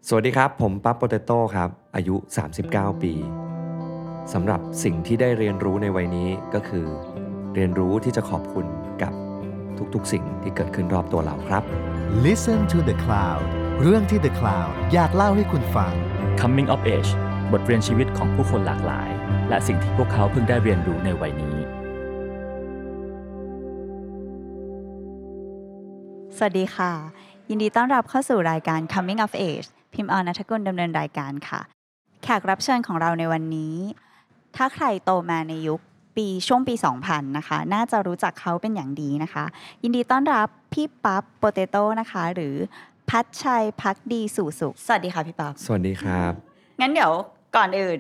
สวัสดีครับผมปั๊บโปเตโต้ครับอายุ39ปีสำหรับสิ่งที่ได้เรียนรู้ในวัยนี้ก็คือเรียนรู้ที่จะขอบคุณกับทุกๆสิ่งที่เกิดขึ้นรอบตัวเราครับ Listen to the Cloud เรื่องที่ The Cloud อยากเล่าให้คุณฟัง Coming of Age บทเรียนชีวิตของผู้คนหลากหลายและสิ่งที่พวกเขาเพิ่งได้เรียนรู้ในวัยนี้สวัสดีค่ะยินดีต้อนรับเข้าสู่รายการ Coming of Age พิมพ์ออนณัฐกุลดำเนินรายการค่ะแขกรับเชิญของเราในวันนี้ถ้าใครโตมาในยุคช่วงปี 2000 นะคะน่าจะรู้จักเขาเป็นอย่างดีนะคะยินดีต้อนรับพี่ปั๊บโปเตโต้นะคะหรือพัชชัยภักดีสู่สุขสวัสดีค่ะพี่ปั๊บสวัสดีครับงั้นเดี๋ยวก่อนอื่น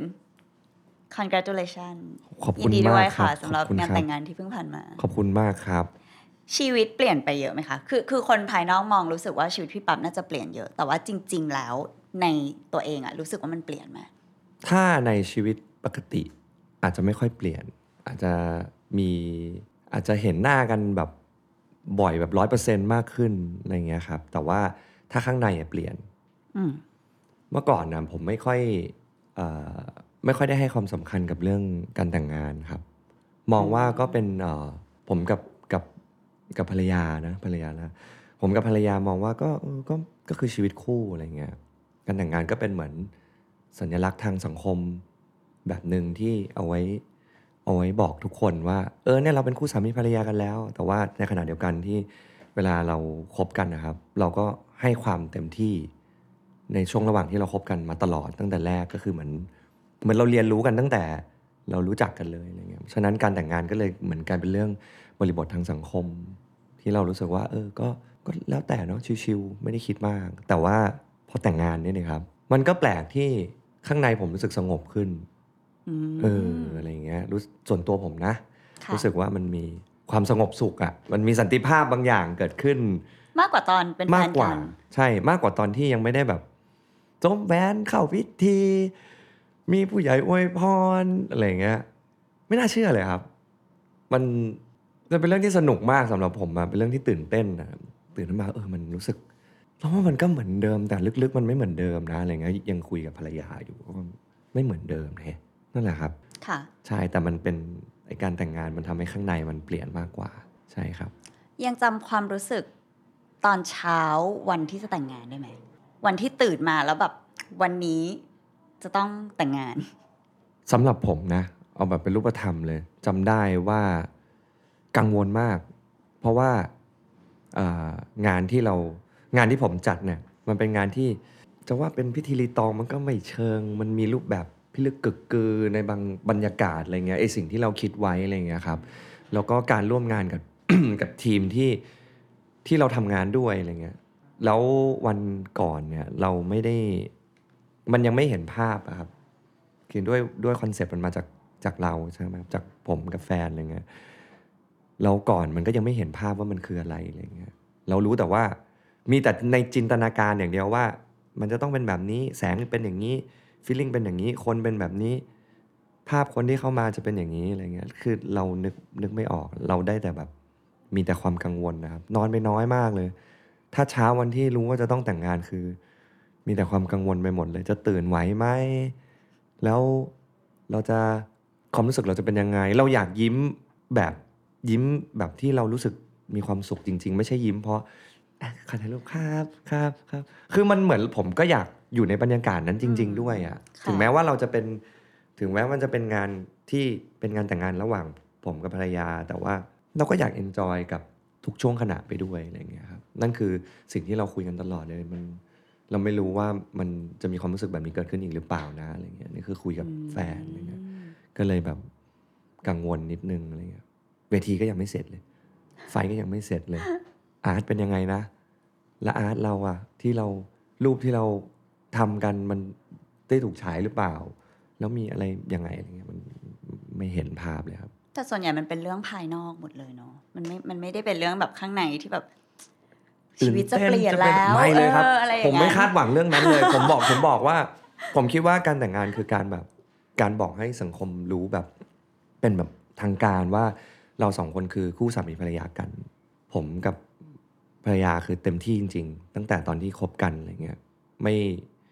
congratulation ขอบคุณยินดีด้วยมากครัค่ะบสำหรับขอบคุณงานครับแต่งงานที่เพิ่งผ่านมาขอบคุณมากครับชีวิตเปลี่ยนไปเยอะไหมคะคือคนภายนอกมองรู้สึกว่าชีวิตพี่ปั๊บน่าจะเปลี่ยนเยอะแต่ว่าจริงๆแล้วในตัวเองอะรู้สึกว่ามันเปลี่ยนไหมถ้าในชีวิตปกติอาจจะไม่ค่อยเปลี่ยนอาจจะเห็นหน้ากันแบบบ่อยแบบ 100% มากขึ้นอะไรเงี้ยครับแต่ว่าถ้าข้างในเปลี่ยนเมื่อก่อนนะผมไม่ค่อยได้ให้ความสำคัญกับเรื่องการแต่งงานครับมองว่าก็เป็นผมกับภรรยานะผมกับภรรยามองว่าก็คือชีวิตคู่อะไรเงี้ยการแต่งงานก็เป็นเหมือนสัญลักษณ์ทางสังคมแบบหนึ่งที่เอาไว้บอกทุกคนว่าเนี่ยเราเป็นคู่สามีภรรยากันแล้วแต่ว่าในขณะเดียวกันที่เวลาเราคบกันนะครับเราก็ให้ความเต็มที่ในช่วงระหว่างที่เราคบกันมาตลอดตั้งแต่แรกก็คือเหมือนเราเรียนรู้กันตั้งแต่เรารู้จักกันเลยอะไรเงี้ยฉะนั้นการแต่งงานก็เลยเหมือนกลายเป็นเรื่องบริบททางสังคมที่เรารู้สึกว่าก็แล้วแต่เนาะชิวๆไม่ได้คิดมากแต่ว่าพอแต่งงานเนี่ยนะครับมันก็แปลกที่ข้างในผมรู้สึกสงบขึ้นอะไรอย่างเงี้ยส่วนตัวผมนะรู้สึกว่ามันมีความสงบสุขอ่ะมันมีสันติภาพบางอย่างเกิดขึ้นมากกว่าตอนเป็นแฟนกันใช่มากกว่าตอนที่ยังไม่ได้แบบจมแหวนเข้าพิธีมีผู้ใหญ่อวยพรอะไรอย่างเงี้ยไม่น่าเชื่อเลยครับมันเป็นเรื่องที่สนุกมากสำหรับผมอะเป็นเรื่องที่ตื่นเต้นนะตื่นขึ้นมามันรู้สึกแล้วว่ามันก็เหมือนเดิมแต่ลึกๆมันไม่เหมือนเดิมนะอะไรเงี้ยยังคุยกับภรรยาอยู่ว่าไม่เหมือนเดิมเลยนั่นแหละครับค่ะใช่แต่มันเป็นการแต่งงานมันทำให้ข้างในมันเปลี่ยนมากกว่าใช่ครับยังจำความรู้สึกตอนเช้าวันที่จะแต่งงานได้ไหมวันที่ตื่นมาแล้วแบบวันนี้จะต้องแต่งงานสำหรับผมนะเอาแบบเป็นรูปธรรมเลยจำได้ว่ากังวลมากเพราะว่างานที่ผมจัดเนี่ยมันเป็นงานที่จะว่าเป็นพิธีรีตองมันก็ไม่เชิงมันมีรูปแบบพิลึกกึกกือในบางบรรยากาศอะไรเงี้ยสิ่งที่เราคิดไว้อะไรเงี้ยครับแล้วก็การร่วมงานกับ กับทีมที่เราทำงานด้วยอะไรเงี้ยแล้ววันก่อนเนี่ยเราไม่ได้มันยังไม่เห็นภาพอะครับคือด้วยคอนเซ็ปต์มันมาจากเราใช่ไหมจากผมกับแฟนอะไรเงี้ยแล้วก่อนมันก็ยังไม่เห็นภาพว่ามันคืออะไรอะไรเงี้ยเรารู้แต่ว่ามีแต่ในจินตนาการอย่างเดียวว่ามันจะต้องเป็นแบบนี้แสงเป็นอย่างนี้ฟีลลิ่งเป็นอย่างนี้คนเป็นแบบนี้ภาพคนที่เข้ามาจะเป็นอย่างนี้อะไรเงี้ยคือเรานึกไม่ออกเราได้แต่แบบมีแต่ความกังวลนะครับนอนไปน้อยมากเลยถ้าเช้าวันที่รู้ว่าจะต้องแต่งงานคือมีแต่ความกังวลไปหมดเลยจะตื่นไหวไหมแล้วเราจะความรู้สึกเราจะเป็นยังไงเราอยากยิ้มแบบที่เรารู้สึกมีความสุขจริงๆไม่ใช่ยิ้มเพราะขอถ่ายรูปครับคือมันเหมือนผมก็อยากอยู่ในบรรยากาศนั้นจริงๆด้วยอะถึงแม้ว่ามันจะเป็นงานที่เป็นงานแต่งงานระหว่างผมกับภรรยาแต่ว่าเราก็อยากเอนจอยกับทุกช่วงขณะไปด้วยอะไรอย่างเงี้ยครับนั่นคือสิ่งที่เราคุยกันตลอดเลยเราไม่รู้ว่ามันจะมีความรู้สึกแบบนี้เกิดขึ้นอีกหรือเปล่านะอะไรเงี้ยนี่คือคุยกับแฟนอะไรเงี้ยก็เลยแบบกังวลนิดนึงอะไรเงี้ยเวทีก็ยังไม่เสร็จเลยไฟก็ยังไม่เสร็จเลยอาร์ตเป็นยังไงนะและอาร์ตเราอะที่เรารูปที่เราทำกันมันได้ถูกฉายหรือเปล่าแล้วมีอะไรยังไงอะไรเงี้ยมันไม่เห็นภาพเลยครับแต่ส่วนใหญ่มันเป็นเรื่องภายนอกหมดเลยเนาะมันไม่ได้เป็นเรื่องแบบข้างในที่แบบชีวิตจะเปลี่ยนแล้วไม่เลยครับผมไม่คาดหวังเรื่องนั้นเลย ผมบอกว่าผมคิดว่าการแต่งงานคือการบอกให้สังคมรู้แบบเป็นแบบทางการว่าเราสองคนคือคู่สามีภรรยากันผมกับภรรยาคือเต็มที่จริงๆตั้งแต่ตอนที่คบกันอะไรเงี้ย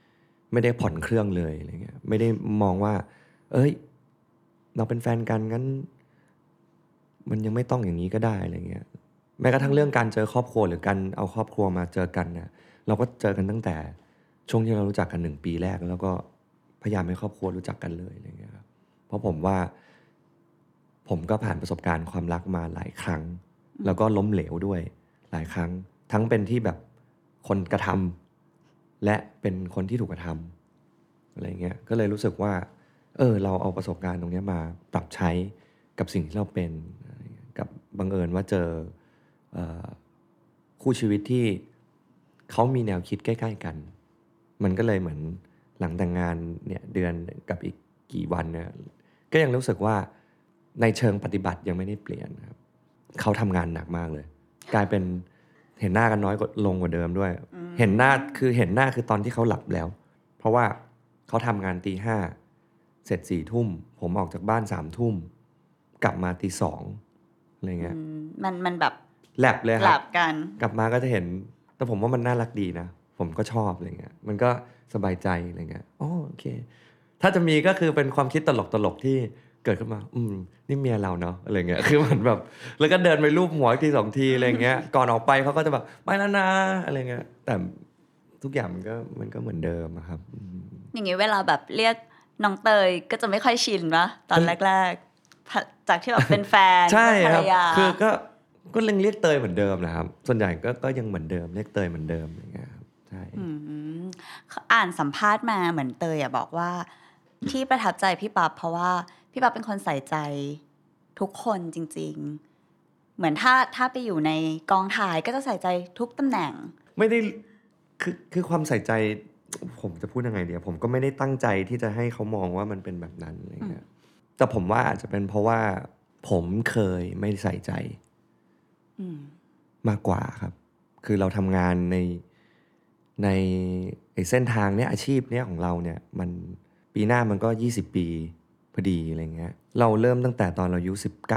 ไม่ได้ผ่อนเครื่องเลยอะไรเงี้ยไม่ได้มองว่าเอ้ยเราเป็นแฟนกันงั้นมันยังไม่ต้องอย่างนี้ก็ได้อะไรเงี้ยแม้กระทั่งเรื่องการเจอครอบครัวหรือการเอาครอบครัวมาเจอกันเนี่ยเราก็เจอกันตั้งแต่ช่วงที่เรารู้จักกัน1 ปีแรกแล้วก็พยายามให้ครอบครัวรู้จักกันเลยอะไรเงี้ยครับเพราะผมว่าผมก็ผ่านประสบการณ์ความรักมาหลายครั้งแล้วก็ล้มเหลวด้วยหลายครั้งทั้งเป็นที่แบบคนกระทำและเป็นคนที่ถูกกระทำอะไรเงี้ยก็เลยรู้สึกว่าเราเอาประสบการณ์ตรงนี้มาปรับใช้กับสิ่งที่เราเป็นกับบังเอิญว่าเจอคู่ชีวิตที่เขามีแนวคิดใกล้ๆกันมันก็เลยเหมือนหลังแต่งงานเนี่ยเดือนกับอีกกี่วันเนี่ยก็ยังรู้สึกว่าในเชิงปฏิบัติยังไม่ได้เปลี่ยนครับเขาทำงานหนักมากเลยกลายเป็นเห็นหน้ากันน้อยลงกว่าเดิมด้วยเห็นหน้าคือตอนที่เขาหลับแล้วเพราะว่าเขาทำงานตี 5เสร็จ4 ทุ่มผมออกจากบ้าน3 ทุ่มกลับมาตี 2อะไรเงี้ยมันแบบแลบเลยครับหลับกันกลับมาก็จะเห็นแต่ผมว่ามันน่ารักดีนะผมก็ชอบอะไรเงี้ยมันก็สบายใจอะไรเงี้ยโอเคถ้าจะมีก็คือเป็นความคิดตลกที่เกิดขึ้นมานี่เมียเราเนาะอะไรเงี้ยคือเหมือนแบบแล้วก็เดินไปลูบหัวที2 ทีอะไรเงี้ยก่อนออกไปเขาก็จะแบบไปแล้วนะอะไรเงี้ยแต่ทุกอย่างมันก็เหมือนเดิมครับอย่างงี้เวลาแบบเรียกน้องเตยก็จะไม่ค่อยชินปะตอนแรกๆจากที่แบบเป็นแฟนใช่ครับคือก็เรียกเตยเหมือนเดิมนะครับส่วนใหญ่ก็ยังเหมือนเดิมเรียกเตยเหมือนเดิมอย่างเงี้ยครับใช่อ่านสัมภาษณ์มาเหมือนเตยบอกว่าที่ประทับใจพี่ปั๊บเพราะว่าพี่ปั๊บเป็นคนใส่ใจทุกคนจริงๆเหมือนถ้าไปอยู่ในกองถ่ายก็จะใส่ใจทุกตำแหน่งไม่ได้คือความใส่ใจผมจะพูดยังไงเดียวผมก็ไม่ได้ตั้งใจที่จะให้เขามองว่ามันเป็นแบบนั้นอะไรเงี้ยแต่ผมว่าอาจจะเป็นเพราะว่าผมเคยไม่ใส่ใจมากกว่าครับคือเราทำงานในเส้นทางเนี้ยอาชีพเนี้ยของเราเนี่ยมันปีหน้ามันก็20 ปีพอดีอะไรเงี้ยเราเริ่มตั้งแต่ตอนเราอายุ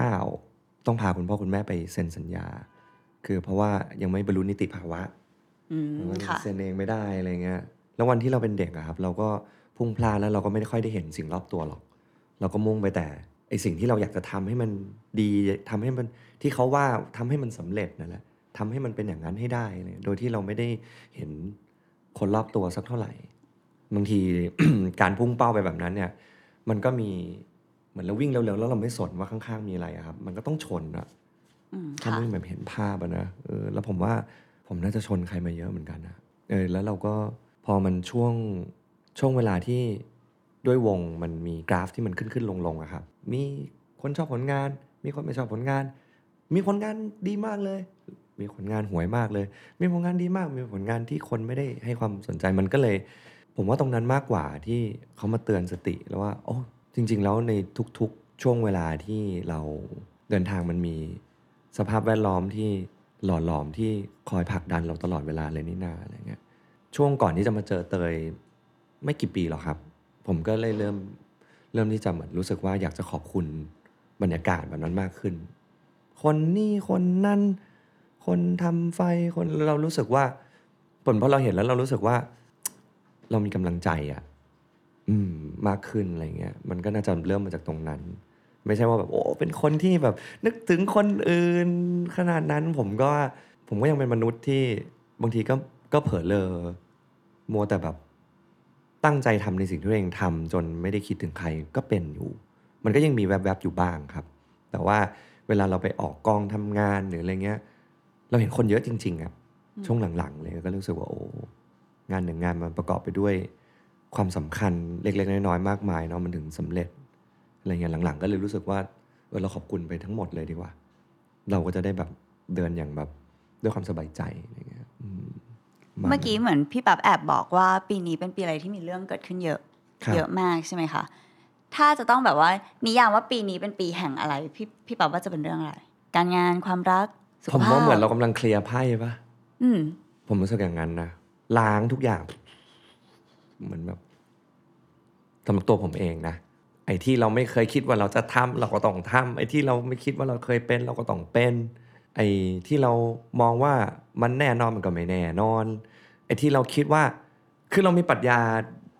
19ต้องพาคุณพ่อคุณแม่ไปเซ็นสัญญาคือเพราะว่ายังไม่บรรลุนิติภาวะเซ็นเองไม่ได้อะไรเงี้ยแล้ววันที่เราเป็นเด็กอะครับเราก็พุ่งพลาดแล้วเราก็ไม่ได้ค่อยได้เห็นสิ่งรอบตัวหรอกเราก็มุ่งไปแต่ไอสิ่งที่เราอยากจะทำให้มันดีทำให้มันที่เขาว่าทำให้มันสำเร็จนั่นแหละทำให้มันเป็นอย่างนั้นให้ได้เลยโดยที่เราไม่ได้เห็นคนรอบตัวสักเท่าไหร่บางที การพุ่งเป้าไปแบบนั้นเนี่ยมันก็มีเหมือนเราวิ่งเร็วๆแล้วเราไม่สนว่าข้างๆมีอะไรอะครับมันก็ต้องชนอะถ้าไม่แบบเห็นภาพอะนะแล้วผมว่าผมน่าจะชนใครมาเยอะเหมือนกันนะแล้วเราก็พอมันช่วงเวลาที่ด้วยวงมันมีกราฟที่มันขึ้นลงอะครับมีคนชอบผลงานมีคนไม่ชอบผลงานมีผลงานดีมากเลยมีผลงานห่วยมากเลยมีผลงานดีมากมีผลงานที่คนไม่ได้ให้ความสนใจมันก็เลยผมว่าตรงนั้นมากกว่าที่เขามาเตือนสติแล้วว่าโอ้จริงๆแล้วในทุกๆช่วงเวลาที่เราเดินทางมันมีสภาพแวดล้อมที่หล่อหลอมที่คอยผลักดันเราตลอดเวลาเลยนี่นาอะไรเงี้ยช่วงก่อนที่จะมาเจอเตยไม่กี่ปีหรอกครับผมก็เลยเริ่มที่จะเหมือนรู้สึกว่าอยากจะขอบคุณบรรยากาศแบบนั้นมากขึ้นคนนี่คนนั่นคนทำไฟคนเรารู้สึกว่าผลพอเราเห็นแล้วเรารู้สึกว่าเรามีกำลังใจมากขึ้นอะไรเงี้ยมันก็น่าจะเริ่มมาจากตรงนั้นไม่ใช่ว่าแบบโอ้เป็นคนที่แบบนึกถึงคนอื่นขนาดนั้นผมก็ยังเป็นมนุษย์ที่บางทีก็เผลอเลอมัวแต่แบบตั้งใจทำในสิ่งที่ตัวเองทำจนไม่ได้คิดถึงใครก็เป็นอยู่มันก็ยังมีแวบๆอยู่บ้างครับแต่ว่าเวลาเราไปออกกองทำงานหรืออะไรเงี้ยเราเห็นคนเยอะจริงๆครับช่วงหลังๆเลยก็รู้สึกว่าโอ้งานหนึ่งงานมันประกอบไปด้วยความสำคัญเล็กๆน้อยๆมากมายเนาะมันถึงสำเร็จอะไรเงี้ยหลังๆก็เลยรู้สึกว่าเราขอบคุณไปทั้งหมดเลยดีกว่าเราก็จะได้แบบเดินอย่างแบบด้วยความสบายใจอะไรเงี้ยเมื่อกี้เหมือนพี่ปั๊บแอบบอกว่าปีนี้เป็นปีอะไรที่มีเรื่องเกิดขึ้นเยอะมากใช่ไหมคะถ้าจะต้องแบบว่านิยามว่าปีนี้เป็นปีแห่งอะไรพี่ปั๊บว่าจะเป็นเรื่องอะไรการงานความรักสุขภาพผมว่าเหมือนเรากำลังเคลียร์ไพ่ป่ะผมรู้สึกอย่างนั้นนะล้างทุกอย่างเหมือนแบบสำหรับตัวผมเองนะไอ้ที่เราไม่เคยคิดว่าเราจะทำเราก็ต้องทำไอ้ที่เราไม่คิดว่าเราเคยเป็นเราก็ต้องเป็นไอ้ที่เรามองว่ามันแน่นอนมันก็ไม่แน่นอนไอ้ที่เราคิดว่าคือเรามีปรัชญา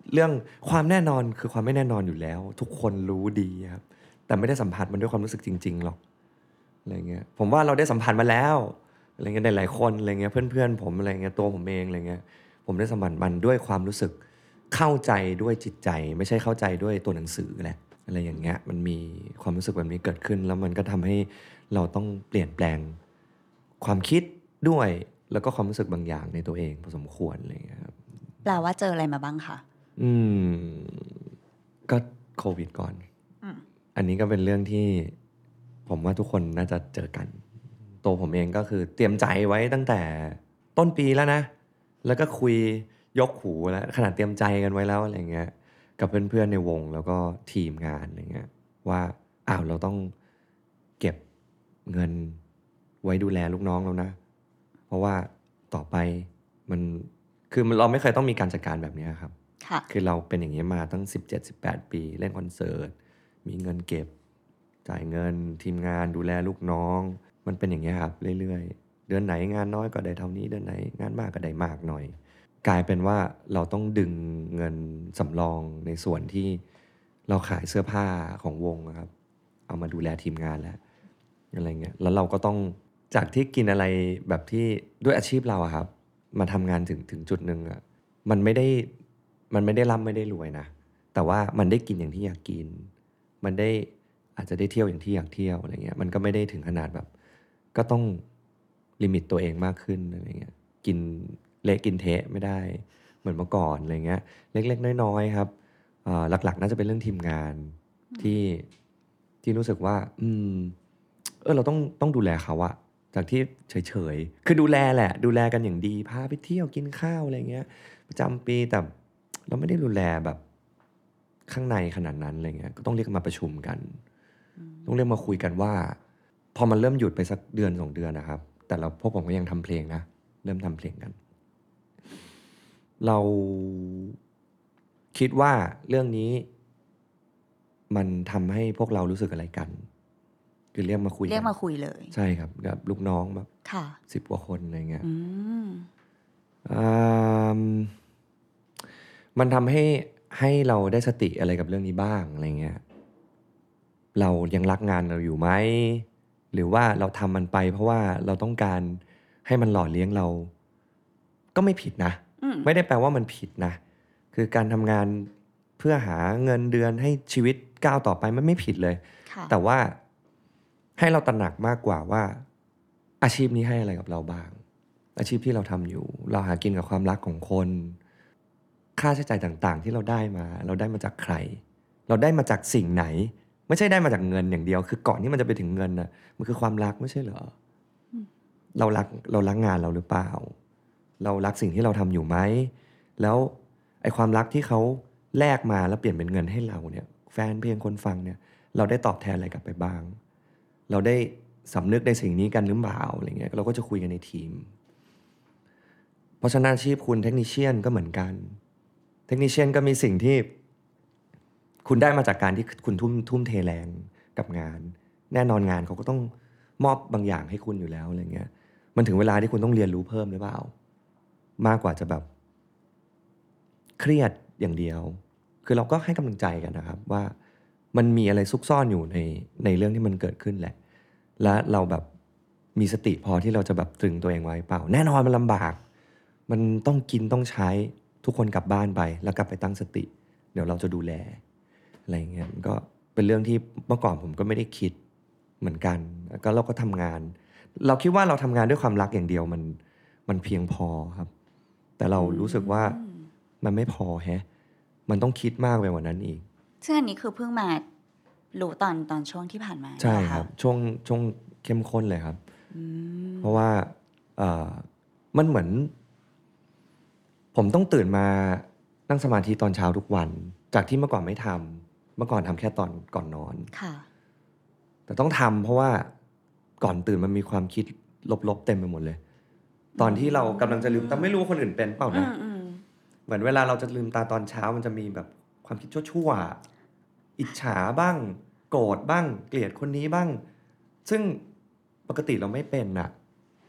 เรื่องความแน่นอนคือความไม่แน่นอนอยู่แล้ว ทุกคนรู้ดีครับแต่ไม่ได้สัมผัสมันด้วยความรู้สึกจริงๆหรอกอะไรเงี้ยผมว่าเราได้สัมผัสมาแล้วอะไรเงี้ยหลายๆคนอะไรเงี้ยเพื่อนๆผมอะไรเงี้ยตัวผมเองอะไรเงี้ยผมได้สัมผัสมันด้วยความรู้สึกเข้าใจด้วยจิตใจไม่ใช่เข้าใจด้วยตัวหนังสือแหละอะไรอย่างเงี้ยมันมีความรู้สึกแบบนี้เกิดขึ้นแล้วมันก็ทำให้เราต้องเปลี่ยนแปลงความคิดด้วยแล้วก็ความรู้สึกบางอย่างในตัวเองพอสมควรอะไรเงี้ยครับแปลว่าเจออะไรมาบ้างคะอืมก็โควิดก่อนอืมอันนี้ก็เป็นเรื่องที่ผมว่าทุกคนน่าจะเจอกัน ตัวผมเองก็คือเตรียมใจไว้ตั้งแต่ต้นปีแล้วนะ แล้วก็คุยยกหูแล้วขนาดเตรียมใจกันไว้แล้วอะไรเงี้ยกับเพื่อนๆในวงแล้วก็ทีมงานอะไรเงี้ยว่าเราต้องเก็บเงินไว้ดูแลลูกน้องแล้วนะ เพราะว่าต่อไปมันคือเราไม่เคยต้องมีการจัดการแบบนี้ครับค่ะคือเราเป็นอย่างนี้มาตั้ง17-18 ปีเล่นคอนเสิร์ตมีเงินเก็บจ่ายเงินทีมงานดูแลลูกน้องมันเป็นอย่างนี้ครับเรื่อยๆเดือนไหนงานน้อยก็ได้เท่านี้เดือนไหนงานมากก็ได้มากหน่อยกลายเป็นว่าเราต้องดึงเงินสำรองในส่วนที่เราขายเสื้อผ้าของวงนะครับเอามาดูแลทีมงานแล้วอะไรเงี้ยแล้วเราก็ต้องจากที่กินอะไรแบบที่ด้วยอาชีพเราอะครับมาทำงานถึงจุดหนึ่งอะมันไม่ได้ร่ำไม่ได้รวยนะแต่ว่ามันได้กินอย่างที่อยากกินมันได้อาจจะได้เที่ยวอย่างที่อยากเที่ยวอะไรเงี้ยมันก็ไม่ได้ถึงขนาดแบบก็ต้องลิมิตตัวเองมากขึ้นอะไรเงี้ยกินเละกินเทะไม่ได้เหมือนเมื่อก่อนอะไรเงี้ยเล็กๆน้อยๆครับหลักๆน่าจะเป็นเรื่องทีมงานที่รู้สึกว่าเราต้องดูแลเขาอะจากที่เฉยๆคือดูแลแหละดูแลกันอย่างดีพาไปเที่ยวกินข้าวอะไรเงี้ยประจำปีแต่เราไม่ได้ดูแลแบบข้างในขนาดนั้นอะไรเงี้ยก็ต้องเรียกมาประชุมกันต้องเรียกมาคุยกันว่าพอมันเริ่มหยุดไปสักเดือน2 เดือนนะครับแต่พวกผมก็ยังทำเพลงนะเริ่มทำเพลงกันเราคิดว่าเรื่องนี้มันทำให้พวกเรารู้สึกอะไรกันคือเรียกมาคุยกันเรียกมาคุยเลยใช่ครับกับลูกน้องแบบค่ะ 10 กว่าคนอะไรเงี้ยอืมอ่ามันทำให้เราได้สติอะไรกับเรื่องนี้บ้างอะไรเงี้ยเรายังรักงานเราอยู่ไหมหรือว่าเราทำมันไปเพราะว่าเราต้องการให้มันหล่อเลี้ยงเราก็ไม่ผิดนะอืมไม่ได้แปลว่ามันผิดนะคือการทำงานเพื่อหาเงินเดือนให้ชีวิตก้าวต่อไปมันไม่ผิดเลยค่ะแต่ว่าให้เราตระหนักมากกว่าว่าอาชีพนี้ให้อะไรกับเราบ้าง อาชีพที่เราทำอยู่ เราหากินกับความรักของคน ค่าใช้จ่ายต่างๆ ที่เราได้มา เราได้มาจากใคร เราได้มาจากสิ่งไหน ไม่ใช่ได้มาจากเงินอย่างเดียว คือก่อนที่มันจะไปถึงเงินน่ะมันคือความรักไม่ใช่เหรอเรารักงานเราหรือเปล่า เรารักสิ่งที่เราทำอยู่ไหมแล้วไอ้ความรักที่เขาแลกมาแล้วเปลี่ยนเป็นเงินให้เราเนี่ย แฟนเพลงคนฟังเนี่ย เราได้ตอบแทนอะไรกลับไปบ้าง เราได้สำนึกในสิ่งนี้กันหรือเปล่าอะไรเงี้ยเราก็จะคุยกันในทีม เพราะฉะนั้นอาชีพคุณเทคนิเชียนก็เหมือนกันเทคนิเชียนก็มีสิ่งที่คุณได้มาจากการที่คุณทุ่มเทแรงกับงาน แน่นอนงานเขาก็ต้องมอบบางอย่างให้คุณอยู่แล้วอะไรเงี้ยมันถึงเวลาที่คุณต้องเรียนรู้เพิ่มหรือเปล่ามากกว่าจะแบบเครียดอย่างเดียว คือเราก็ให้กำลังใจกันนะครับว่ามันมีอะไรซุกซ่อนอยู่ในเรื่องที่มันเกิดขึ้นแหละ และเราแบบมีสติพอที่เราจะแบบตรึงตัวเองไว้เปล่าแน่นอนมันลำบากมันต้องกินต้องใช้ทุกคนกลับบ้านไปแล้วกลับไปตั้งสติเดี๋ยวเราจะดูแลอะไรเงี้ยมันก็เป็นเรื่องที่เมื่อก่อนผมก็ไม่ได้คิดเหมือนกันก็เราก็ทำงาน เราคิดว่าเราทำงานด้วยความรักอย่างเดียวมันเพียงพอครับ แต่เรารู้สึกว่ามันไม่พอมันต้องคิดมากไปกว่านั้นอีกซึ่งอันนี้คือเพิ่งมารู้ตอนช่วงที่ผ่านมาใช่นะะครับช่วงเข้มข้นเลยครับเพราะว่ามันเหมือนผมต้องตื่นมานั่งสมาธิตอนเช้าทุกวัน จากที่เมื่อก่อนไม่ทำเมื่อก่อนทำแค่ตอนก่อนนอนค่ะแต่ต้องทำเพราะว่าก่อนตื่นมันมีความคิดลบๆเต็มไปหมดเลย ตอนที่เรากำลังจะลืมตาไม่รู้คนอื่นเป็นเปล่านะเหมือนเวลาเราจะลืมตาตอนเช้ามันจะมีแบบความคิดชั่วๆอิจฉาบ้างโกรธบ้างเกลียดคนนี้บ้างซึ่งปกติเราไม่เป็นน่ะ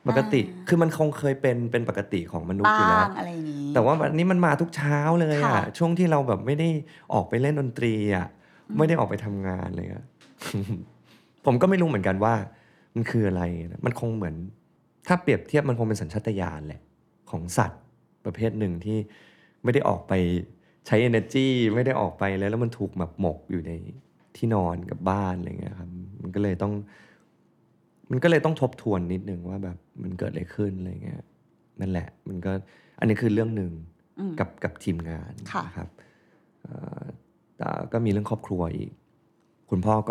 ปกติคือมันคงเคยเป็นปกติของมนุษย์อยู่แล้วบ้างอะไรอย่างนี้แต่ว่าวันนี้มันมาทุกเช้าเลยอ่ะค่ะช่วงที่เราแบบไม่ได้ออกไปเล่นดนตรีอ่ะไม่ได้ออกไปทำงานเลยอ่ะ ผมก็ไม่รู้เหมือนกันว่ามันคืออะไรนะมันคงเหมือนถ้าเปรียบเทียบมันคงเป็นสัญชาตญาณแหละของสัตว์ประเภทหนึ่งที่ไม่ได้ออกไปใช้ energy ไม่ได้ออกไปแล้วมันถูกแบบหมกอยู่ในที่นอนกับบ้านอะไรเงี้ยครับมันก็เลยต้องทบทวนนิดนึงว่าแบบมันเกิดอะไรขึ้นอะไรเงี้ยนั่นแหละมันก็อันนี้คือเรื่องหนึ่งกับทีมงานค่ะนะครับแต่ก็มีเรื่องครอบครัวอีกคุณพ่อ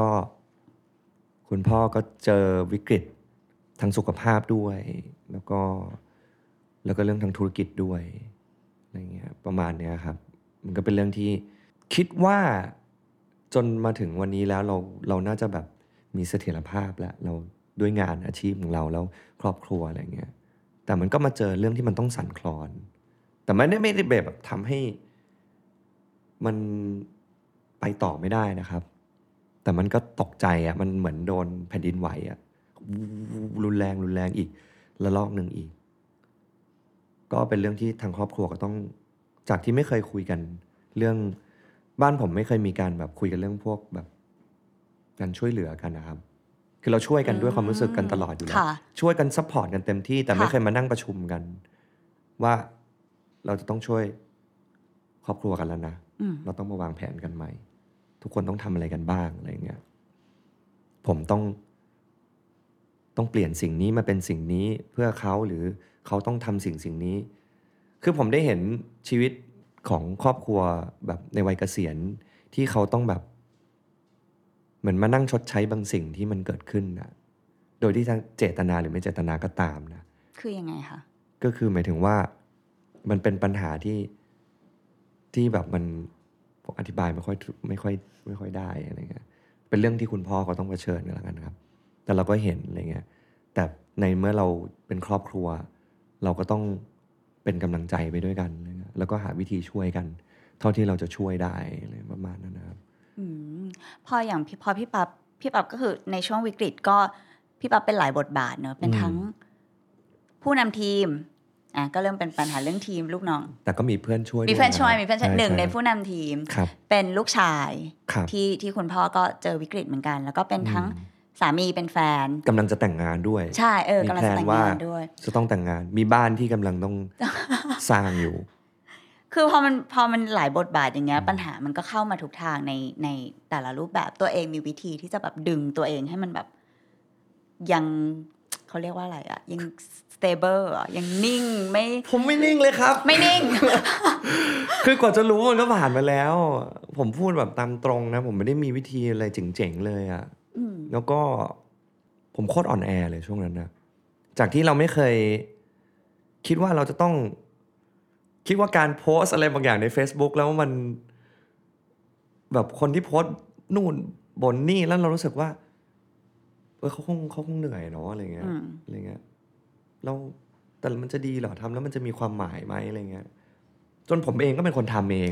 ก็เจอวิกฤตทางสุขภาพด้วยแล้วก็เรื่องทางธุรกิจด้วยอะไรเงี้ยประมาณเนี้ยครับมันก็เป็นเรื่องที่คิดว่าจนมาถึงวันนี้แล้วเราน่าจะแบบมีเสถียรภาพแล้วเราด้วยงานอาชีพของเราแล้วครอบครัวอะไรเงี้ยแต่มันก็มาเจอเรื่องที่มันต้องสั่นคลอนแต่ไม่ได้แบบทำให้มันไปต่อไม่ได้นะครับแต่มันก็ตกใจอ่ะมันเหมือนโดนแผ่นดินไหวอ่ะรุนแรงอีกระลอกหนึ่งอีกก็เป็นเรื่องที่ทางครอบครัวก็ต้องจากที่ไม่เคยคุยกันเรื่องบ้านผมไม่เคยมีการแบบคุยกันเรื่องพวกแบบการช่วยเหลือกันนะครับคือเราช่วยกันด้วยความรู้สึกกันตลอดอยู่แล้วค่ะช่วยกันซัพพอร์ตกันเต็มที่แต่ไม่ค่ะเคยมานั่งประชุมกันว่าเราจะต้องช่วยครอบครัวกันแล้วนะเราต้องมาวางแผนกันใหม่ทุกคนต้องทำอะไรกันบ้างอะไรเงี้ยผมต้องเปลี่ยนสิ่งนี้มาเป็นสิ่งนี้เพื่อเขาหรือเขาต้องทำสิ่งนี้คือผมได้เห็นชีวิตของครอบครัวแบบในวัยเกษียณที่เขาต้องแบบเหมือนมานั่งชดใช้บางสิ่งที่มันเกิดขึ้นนะโดยที่ทั้งเจตนาหรือไม่เจตนาก็ตามนะคือยังไงคะก็คือหมายถึงว่ามันเป็นปัญหาที่แบบมันผมอธิบายไม่ค่อยได้อะไรเงี้ยเป็นเรื่องที่คุณพ่อเขาต้องเผชิญกันแล้วกันครับแต่เราก็เห็นอะไรเงี้ยแต่ในเมื่อเราเป็นครอบครัวเราก็ต้องเป็นกำลังใจไปด้วยกันอะไรเงี้ยแล้วก็หาวิธีช่วยกันเท่าที่เราจะช่วยได้อะไรประมาณนั้นนะครับพออย่างพี่ปั๊บก็คือในช่วงวิกฤตก็พี่ปั๊บเป็นหลายบทบาทเนอะเป็นทั้งผู้นำทีมก็เริ่มเป็นปัญหาเรื่องทีมลูกน้องแต่ก็มีเพื่อนช่วยมีเพื่อนช่วยด้วยะมีเพื่อนช่วยช่หนึ่งในช่ผู้นำทีมครับเป็นลูกชายครับที่คุณพ่อก็เจอวิกฤตเหมือนกัน แล้วก็เป็นทั้งสามีเป็นแฟนกำลังจะแต่งงานด้วยใช่มีกำลังแพลจะนแต่งว่างานด้วยจะต้องแต่งงานมีบ้านที่กำลังต้อง สร้างอยู่คือพอมันหลายบทบาทอย่างเงี้ยปัญหามันก็เข้ามาทุกทางในแต่ละรูปแบบตัวเองมีวิธีที่จะแบบดึงตัวเองให้มันแบบยังเขาเรียกว่าอะไรอะยัง stable อะยังนิ่งไม่ผมไม่นิ่งเลยครับไม่นิ่งคือกว่าจะรู้มันก็ผ่านมาแล้ว ผมพูดแบบตามตรงนะ ผมไม่ได้มีวิธีอะไรเจ๋งๆเลยอะแล้วก็ผมโคตรอ่อนแอเลยช่วงนั้นนะจากที่เราไม่เคยคิดว่าเราจะต้องคิดว่าการโพสอะไรบางอย่างใน Facebook แล้วมันแบบคนที่โพสนู่นบ่นนี่แล้วเรารู้สึกว่าเขาคงเหนื่อยเนาะอะไรเงี้ยเราแต่มันจะดีเหรอทำแล้วมันจะมีความหมายไหมอะไรเงี้ยจนผมเองก็เป็นคนทำเอง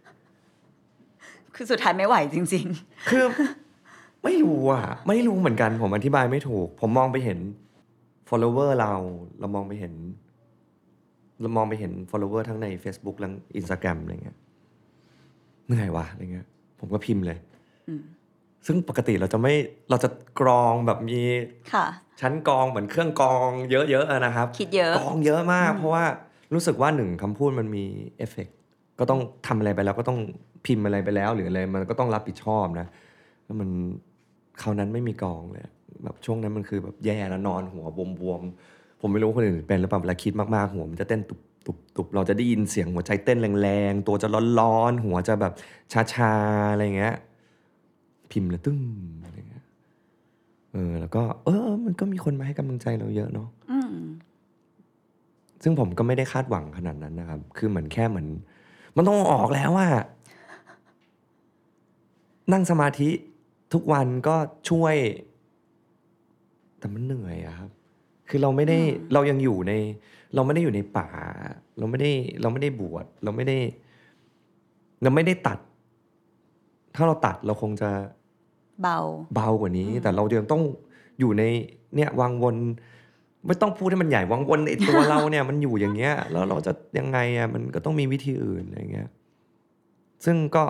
คือสุดท้ายไม่ไหวจริงคือ ไม่รู้เหมือนกันผมอธิบายไม่ถูกผมมองไปเห็น follower เรามองไปเห็น follower ทั้งใน Facebook และ Instagram อะไรเงี้ยเหนื่อยวะอะไรเงี้ยผมก็พิมพ์เลยซึ่งปกติเราจะกรองแบบมีๆ ค่ะชั้นกรองเหมือนเครื่องกรองเยอะๆอะนะครับคิดเยอะกรองเยอะมากเพราะว่ารู้สึกว่าหนึ่งคำพูดมันมีเอฟเฟกต์ก็ต้องทำอะไรไปแล้วก็ต้องพิมพ์อะไรไปแล้วหรืออะไรมันก็ต้องรับผิดชอบนะแล้วมันคราวนั้นไม่มีกรองเลยแบบช่วงนั้นมันคือแบบแย่แล้วนอนหัวบวมๆผมไม่รู้คนอื่นเป็นหรือเปล่าเวลาคิดมากๆหัวมันจะเต้นตุบเราจะได้ยินเสียงหัวใจเต้นแรงๆตัวจะร้อนๆหัวจะแบบชาๆอะไรเงี้ยพิมพ์เลยตึ้งอะไรเงี้ยแล้วก็มันก็มีคนมาให้กำลังใจเราเยอะเนาะซึ่งผมก็ไม่ได้คาดหวังขนาดนั้นนะครับคือเหมือนมันต้องออกแล้วอะนั่งสมาธิทุกวันก็ช่วยแต่มันเหนื่อยอะครับคือเราไม่ได้เรายังอยู่ในเราไม่ได้อยู่ในป่าเราไม่ได้บวชเราไม่ได้ตัดถ้าเราตัดเราคงจะเบากว่านี้แต่เรายังต้องอยู่ในเนี่ยวังวนไม่ต้องพูดให้มันใหญ่วังวนไอ้ตัวเราเนี่ยมันอยู่อย่างเงี้ยแล้วเราจะยังไงอ่ะมันก็ต้องมีวิธีอื่นอะไรเงี้ยซึ่งก็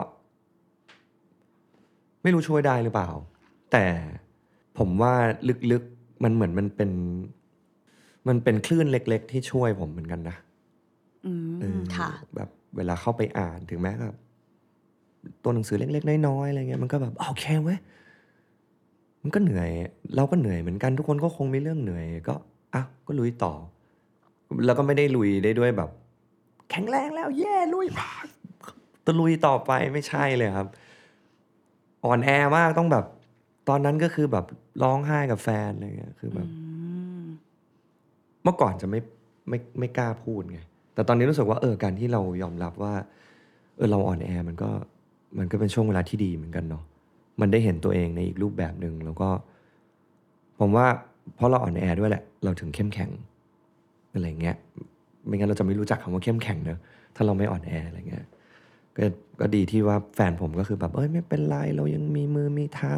ไม่รู้ช่วยได้หรือเปล่าแต่ผมว่าลึกๆมันเหมือนมันเป็นคลื่นเล็กๆที่ช่วยผมเหมือนกันนะค่ะแบบเวลาเข้าไปอ่านถึงแม้แบบตัวหนังสือเล็กๆน้อยๆอะไรเงี้ยมันก็แบบโอเคเว้ยมันก็เหนื่อยเราก็เหนื่อยเหมือนกันทุกคนก็คงมีเรื่องเหนื่อยก็ลุยต่อแล้วก็ไม่ได้ลุยได้ด้วยแบบแข็งแรงแล้วเย่ลุยตะลุยต่อไปไม่ใช่เลยครับอ่อนแอมากต้องแบบตอนนั้นก็คือแบบร้องไห้กับแฟนอะไรเงี้ยคือแบบเมื่อก่อนจะไม่กล้าพูดไงแต่ตอนนี้รู้สึกว่าการที่เรายอมรับว่าเราอ่อนแอมันก็เป็นช่วงเวลาที่ดีเหมือนกันเนาะมันได้เห็นตัวเองในอีกรูปแบบนึงแล้วก็ผมว่าเพราะเราอ่อนแอด้วยแหละเราถึงเข้มแข็งอะไรเงี้ยไม่งั้นเราจะไม่รู้จักคำว่าเข้มแข็งเนอะถ้าเราไม่อ่อนแออะไรเงี้ยก็ดีที่ว่าแฟนผมก็คือแบบไม่เป็นไรเรายังมีมือมีเท้า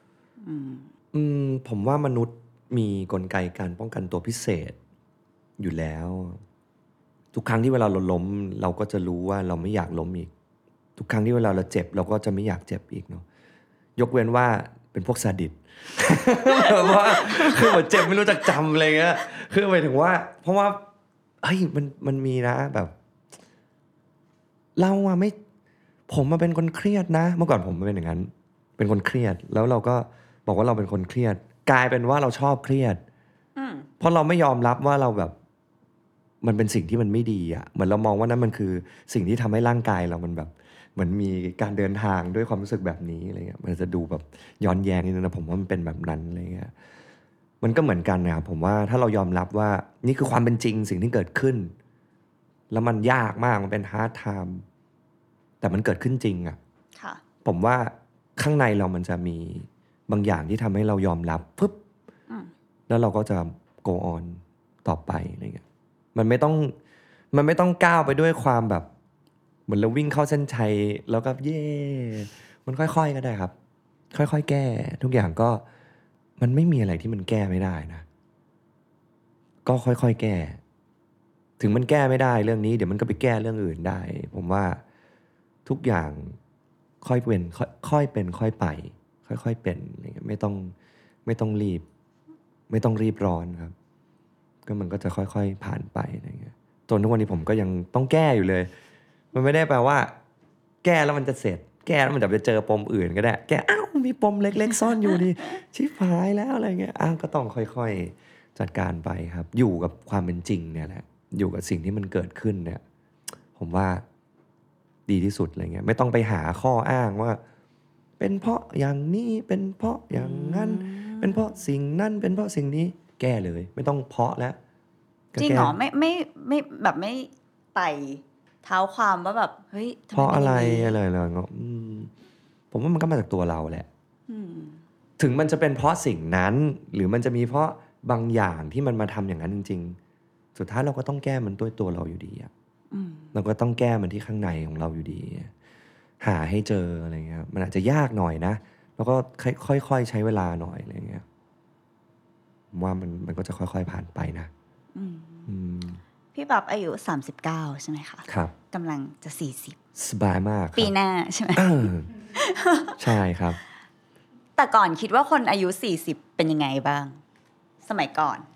ผมว่ามนุษย์มีกลไกการป้องกันตัวพิเศษอยู่แล้วทุกครั้งที่เวลาเราล้มเราก็จะรู้ว่าเราไม่อยากล้มอีกทุกครั้งที่เวลาเราเจ็บเราก็จะไม่อยากเจ็บอีกเนาะยกเว้นว่าเป็นพวกซาดิส แบบว่าคือเจ็บไม่รู้จักจำอะไรเงี้ยคือหมายถึงว่าเพราะว่ามันมีนะแบบเราไม่ผมมาเป็นคนเครียดนะเมื่อก่อนผมเป็นอย่างนั้นเป็นคนเครียดแล้วเราก็บอกว่าเราเป็นคนเครียดกลายเป็นว่าเราชอบเครียดเพราะเราไม่ยอมรับว่าเราแบบมันเป็นสิ่งที่มันไม่ดีอ่ะเหมือนเรามองว่านั่นมันคือสิ่งที่ทำให้ร่างกายเรามันแบบเหมือนมีการเดินทางด้วยความรู้สึกแบบนี้อะไรเงี้ยมันจะดูแบบย้อนแย้งนิดนึงนะผมว่ามันเป็นแบบนั้นอะไรเงี้ยมันก็เหมือนกันนะครับผมว่าถ้าเรายอมรับว่านี่คือความเป็นจริงสิ่งที่เกิดขึ้นแล้วมันยากมากมันเป็นฮาร์ดไทม์แต่มันเกิดขึ้นจริงอ่ะผมว่าข้างในเรามันจะมีบางอย่างที่ทำให้เรายอมรับปุ๊บแล้วเราก็จะ go on ต่อไปอะไรเงี้ยมันไม่ต้องก้าวไปด้วยความแบบเหมือนเราวิ่งเข้าเส้นชัยแล้วก็เย่มันค่อยๆก็ได้ครับค่อยๆแก้ทุกอย่างก็มันไม่มีอะไรที่มันแก้ไม่ได้นะก็ค่อยๆแก้ถึงมันแก้ไม่ได้เรื่องนี้เดี๋ยวมันก็ไปแก้เรื่องอื่นได้ผมว่าทุกอย่างค่อยเป็นค่อยเป็นค่อยไปค่อยๆเป็นอะไรเงี้ยไม่ต้องรีบไม่ต้องรีบร้อนครับก็มันก็จะค่อยๆผ่านไปอะไรเงี้ยจนทุกวันนี้ผมก็ยังต้องแก้อยู่เลยมันไม่ได้แปลว่าแก้แล้วมันจะเสร็จแก้แล้วมันจะไปเจอปมอื่นก็ได้แก้มีปมเล็กๆซ่อนอยู่ดิชิบหายแล้วอะไรเงี้ยก็ต้องค่อยๆจัดการไปครับอยู่กับความเป็นจริงเนี่ยแหละอยู่กับสิ่งที่มันเกิดขึ้นเนี่ยผมว่าดีที่สุดอะไรเงี้ยไม่ต้องไปหาข้ออ้างว่าเป็นเพราะอย่างนี้เป็นเพราะอย่างนั้นเป็นเพราะสิ่งนั้นเป็นเพราะสิ่งนี้แก้เลยไม่ต้องเพราะแล้วจริงเหรอไม่แบบไม่ไต่เท้าความว่าแบบเฮ้ยเพราะอะไรเลยผมว่ามันก็มาจากตัวเราแหละถึงมันจะเป็นเพราะสิ่งนั้นหรือมันจะมีเพราะบางอย่างที่มันมาทำอย่างนั้นจริงๆสุดท้ายเราก็ต้องแก้มันด้วยตัวเราอยู่ดีอ่ะเราก็ต้องแก้มันที่ข้างในของเราอยู่ดีหาให้เจออะไรเงี้ยมันอาจจะยากหน่อยนะแล้วก็ค่อยๆใช้เวลาหน่อยอะไรเงี้ยผมว่ามันก็จะค่อยๆผ่านไปนะพี่ป๊อบอายุ39ใช่ไหมคะครับกำลังจะ40 สบายมากปีหน้าใช่ไหมใช่ครับแต่ก่อนคิดว่าคนอายุ40เป็นยังไงบ้างสมัยก่อน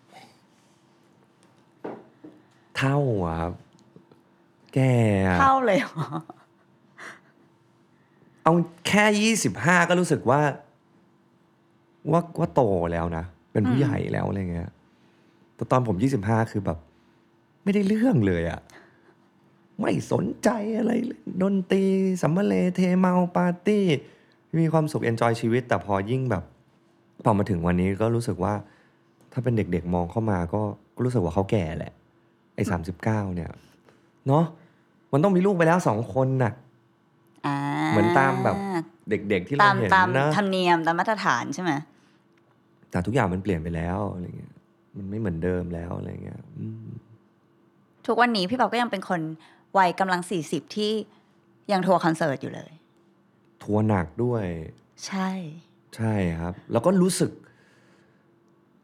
เท่าครับแก่เท่าเลยเหรอเอาแค่25ก็รู้สึกว่าโตแล้วนะเป็นผู้ใหญ่แล้วอะไรเงี้ยแต่ตอนผม25คือแบบไม่ได้เรื่องเลยอะไม่สนใจอะไรดนตรีสัมมาเลเทเมาปาร์ตี้มีความสุขเอนจอยชีวิตแต่พอยิ่งแบบพอมาถึงวันนี้ก็รู้สึกว่าถ้าเป็นเด็กๆมองเข้ามาก็รู้สึกว่าเขาแก่แหละไอ้39เนี่ยเนาะมันต้องมีลูกไปแล้ว2คนน่ะเหมือนตามแบบเด็กๆที่เราเห็นนะธรรมเนียมตามมาตรฐานใช่ไหมแต่ทุกอย่างมันเปลี่ยนไปแล้วอะไรเงี้ยมันไม่เหมือนเดิมแล้วอะไรเงี้ยทุกวันนี้พี่ป๊อบก็ยังเป็นคนวัยกำลัง40ที่ยังทัวร์คอนเสิร์ตอยู่เลยทัวร์หนักด้วยใช่ครับแล้วก็รู้สึก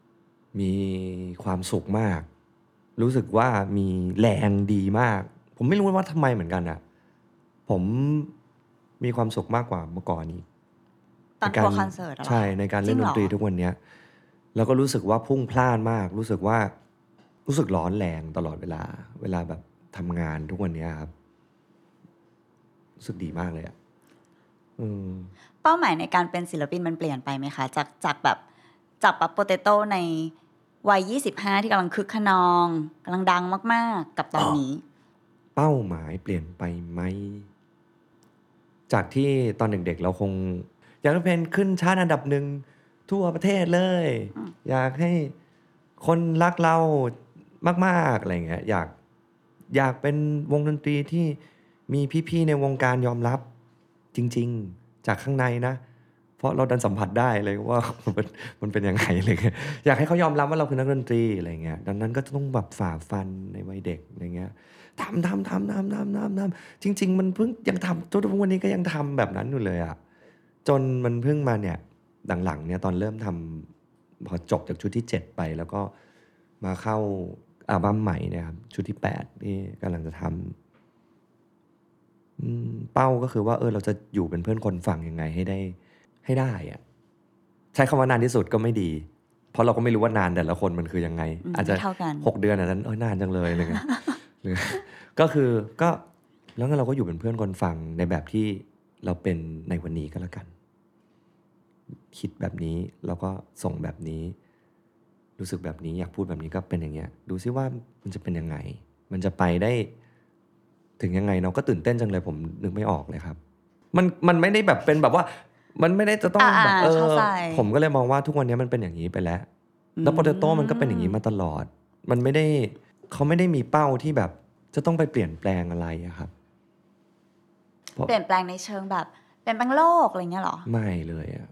มีความสุขมาก รู้สึกว่ามีแรงดีมาก ผมไม่รู้ว่าทำไมเหมือนกันอะผมมีความสุขมากกว่าเมื่อก่อนนี้ตอนทัวร์คอนเสิร์ตเหรอใช่ในการเล่นดนตรีทุกวันเนี้ยแล้วก็รู้สึกว่าพุ่งพล่านมาก รู้สึกร้อนแรงตลอดเวลาแบบทำงานทุกวันเนี้ยครับรู้สึกดีมากเลยอะเป้าหมายในการเป็นศิลปินมันเปลี่ยนไปไหมคะจากปั๊บโปเตโต้ในวัย25ที่กำลังคึกคะนองกำลังดังมากๆกับตอนนี้เป้าหมายเปลี่ยนไปไหมจากที่ตอนเด็กๆเราคงอยากให้เพลงขึ้นชาร์ตอันดับหนึ่งทั่วประเทศเลย อยากให้คนรักเรามากๆอะไรเงี้ยอยากเป็นวงดนตรีที่มีพี่ๆในวงการยอมรับจริงๆจากข้างในนะเพราะเราดันสัมผัสได้เลยว่า มันเป็นยังไงอะไรเงี้ยอยากให้เขายอมรับว่าเราคือนักดนตรีอะไรเงี้ยดังนั้นก็จะต้องแบบฝ่าฟันในวัยเด็กอะไรเงี้ยทำจริงๆมันเพิ่งยังทำจนทุกวันนี้ก็ยังทำแบบนั้นอยู่เลยอ่ะจนมันเพิ่งมาเนี่ยหลังๆเนี่ยตอนเริ่มทำพอจบจากชุดที่7ไปแล้วก็มาเข้าอัลบั้มใหม่เนี่ยครับชุดที่8ที่กำลังจะทำเป้าก็คือว่าเราจะอยู่เป็นเพื่อนคนฟังยังไงให้ได้อะใช้คำว่านานที่สุดก็ไม่ดีเพราะเราก็ไม่รู้ว่านานแต่ละคนมันคือยังไงอาจจะ6 เดือนนั้นนานจังเลยอะไรเงี้ยหรือก็แล้วเราก็อยู่เป็นเพื่อนคนฟังในแบบที่เราเป็นในวันนี้ก็แล้วกันคิดแบบนี้แล้วก็ส่งแบบนี้รู้สึกแบบนี้อยากพูดแบบนี้ก็เป็นอย่างเงี้ยดูซิว่ามันจะเป็นยังไงมันจะไปได้ถึงยังไงเนาะก็ตื่นเต้นจังเลยผมนึกไม่ออกเลยครับมันไม่ได้แบบเป็นแบบว่ามันไม่ได้จะต้องแบบผมก็เลยมองว่าทุกวันนี้มันเป็นอย่างนี้ไปแล้วโปเตโต้มันก็เป็นอย่างนี้มาตลอดมันไม่ได้เขาไม่ได้มีเป้าที่แบบจะต้องไปเปลี่ยนแปลงอะไรอะครับเปลี่ยนแปลงในเชิงแบบเปลี่ยนแปลงโลกอะไรเงี้ยหรอไม่เลยอะ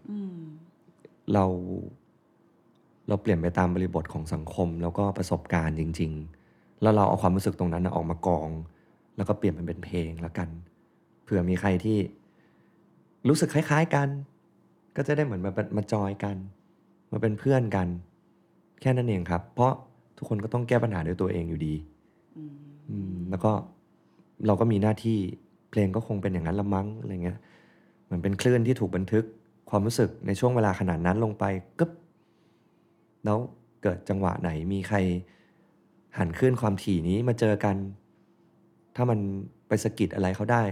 เราเปลี่ยนไปตามบริบทของสังคมแล้วก็ประสบการณ์จริงๆแล้วเราเอาความรู้สึกตรงนั้นออกมากองแล้วก็เปลี่ยนมันเป็นเพลงแล้วกันเผื่อมีใครที่รู้สึกคล้ายๆกันก็จะได้เหมือนมาจอยกันมาเป็นเพื่อนกันแค่นั้นเองครับเพราะทุกคนก็ต้องแก้ปัญหาด้วยตัวเองอยู่ดีแล้วก็เราก็มีหน้าที่เพลงก็คงเป็นอย่างนั้นละมั้งอะไรเงี้ยเหมือนเป็นคลื่นที่ถูกบันทึกความรู้สึกในช่วงเวลาขนาดนั้นลงไปกึ๊บแล้วเกิดจังหวะไหนมีใครหันคลื่นความถี่นี้มาเจอกันถ้ามันไปสะกิดอะไรเขาได้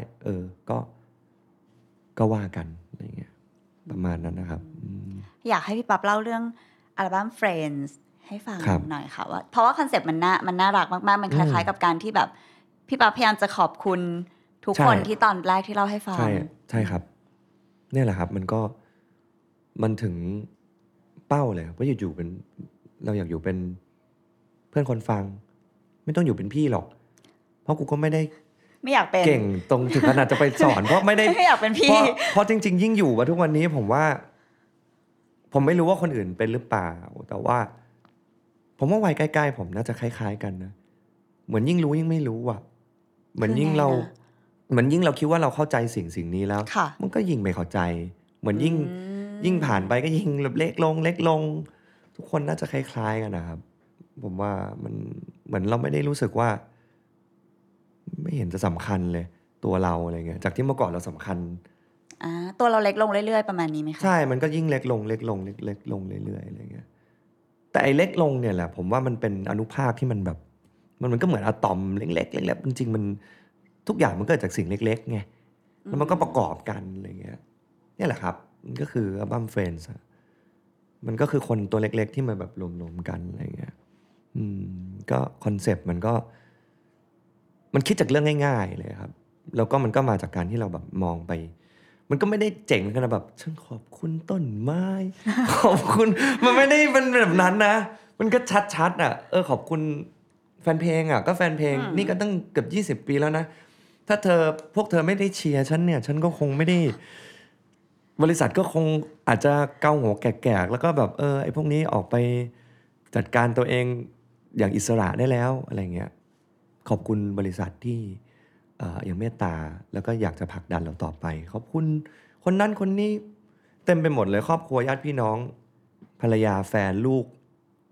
ก็ว่ากันอะไรเงี้ยประมาณนั้นนะครับอยากให้พี่ปั๊บเล่าเรื่องอัลบั้ม Friends ให้ฟังหน่อยค่ะว่าเพราะว่าคอนเซ็ปต์มันน่ารักมากๆมันคล้ายๆกับการที่แบบพี่ปั๊บพยายามจะขอบคุณทุกคนที่ตอนแรกที่เล่าให้ฟังใช่ครับเนี่ยแหละครับมันถึงเป้าเลยว่าอยู่เป็นเราอยากอยู่เป็นเพื่อนคนฟังไม่ต้องอยู่เป็นพี่หรอกเพราะกูก็ไม่อยากเป็นเก่งตรงถึงขนาดจะไปสอนเพราะไม่ได้ไม่อยากเป็นพี่เพราะจริงๆยิ่งอยู่มาทุกวันนี้ผมไม่รู้ว่าคนอื่นเป็นหรือเปล่าแต่ว่าผมว่าวัยใกล้ๆผมน่าจะคล้ายๆกันนะเหมือนยิ่งรู้ยิ่งไม่รู้อ่ะเหมือนยิ่งเราคิดว่าเราเข้าใจสิ่งนี้แล้วมันก็ยิ่งไม่เข้าใจเหมือนยิ่งผ่านไปก็ยิ่งเล็กลงทุกคนน่าจะคล้ายๆกันนะครับผมว่ามันเหมือนเราไม่ได้รู้สึกว่าไม่เห็นจะสำคัญเลยตัวเราอะไรเงี้ยจากที่เมื่อก่อนเราสำคัญตัวเราเล็กลงเรื่อยๆประมาณนี้ไหมคะใช่มันก็ยิ่งเล็กลงเรื่อยๆอะไรเงี้ยแต่ไอ้เล็กลงเนี่ยแหละผมว่ามันเป็นอนุภาคที่มันแบบมันก็เหมือนอะตอมเล็กๆจริงๆมันทุกอย่างมันเกิดจากสิ่งเล็กๆไงแล้วมันก็ประกอบกันอะไรเงี้ยนี่แหละครับมันก็คืออัลบั้ม Friends มันก็คือคนตัวเล็กๆที่มาแบบรวมๆกันอะไรเงี้ยก็คอนเซปต์มันคิดจากเรื่องง่ายๆเลยครับแล้วก็มันก็มาจากการที่เราแบบมองไปมันก็ไม่ได้เจ๋งขนาดแบบฉันขอบคุณต้นไม้ ขอบคุณมันไม่ได้เป็นแบบนั้นนะมันก็ชัดๆอ่ะขอบคุณแฟนเพลงอ่ะก็แฟนเพลงนี่ก็ตั้งเกือบ20 ปีแล้วนะถ้าพวกเธอไม่ได้เชียร์ฉันเนี่ยฉันก็คงไม่ได้บริษัทก็คงอาจจะเกาหัวแก่ๆแล้วก็แบบไอ้พวกนี้ออกไปจัดการตัวเองอย่างอิสระได้แล้วอะไรเงี้ยขอบคุณบริษัทที่ยังเมตตาแล้วก็อยากจะผลักดันเราต่อไปขอบคุณคนนั้นคนนี้เต็มไปหมดเลยครอบครัวญาติพี่น้องภรรยาแฟนลูก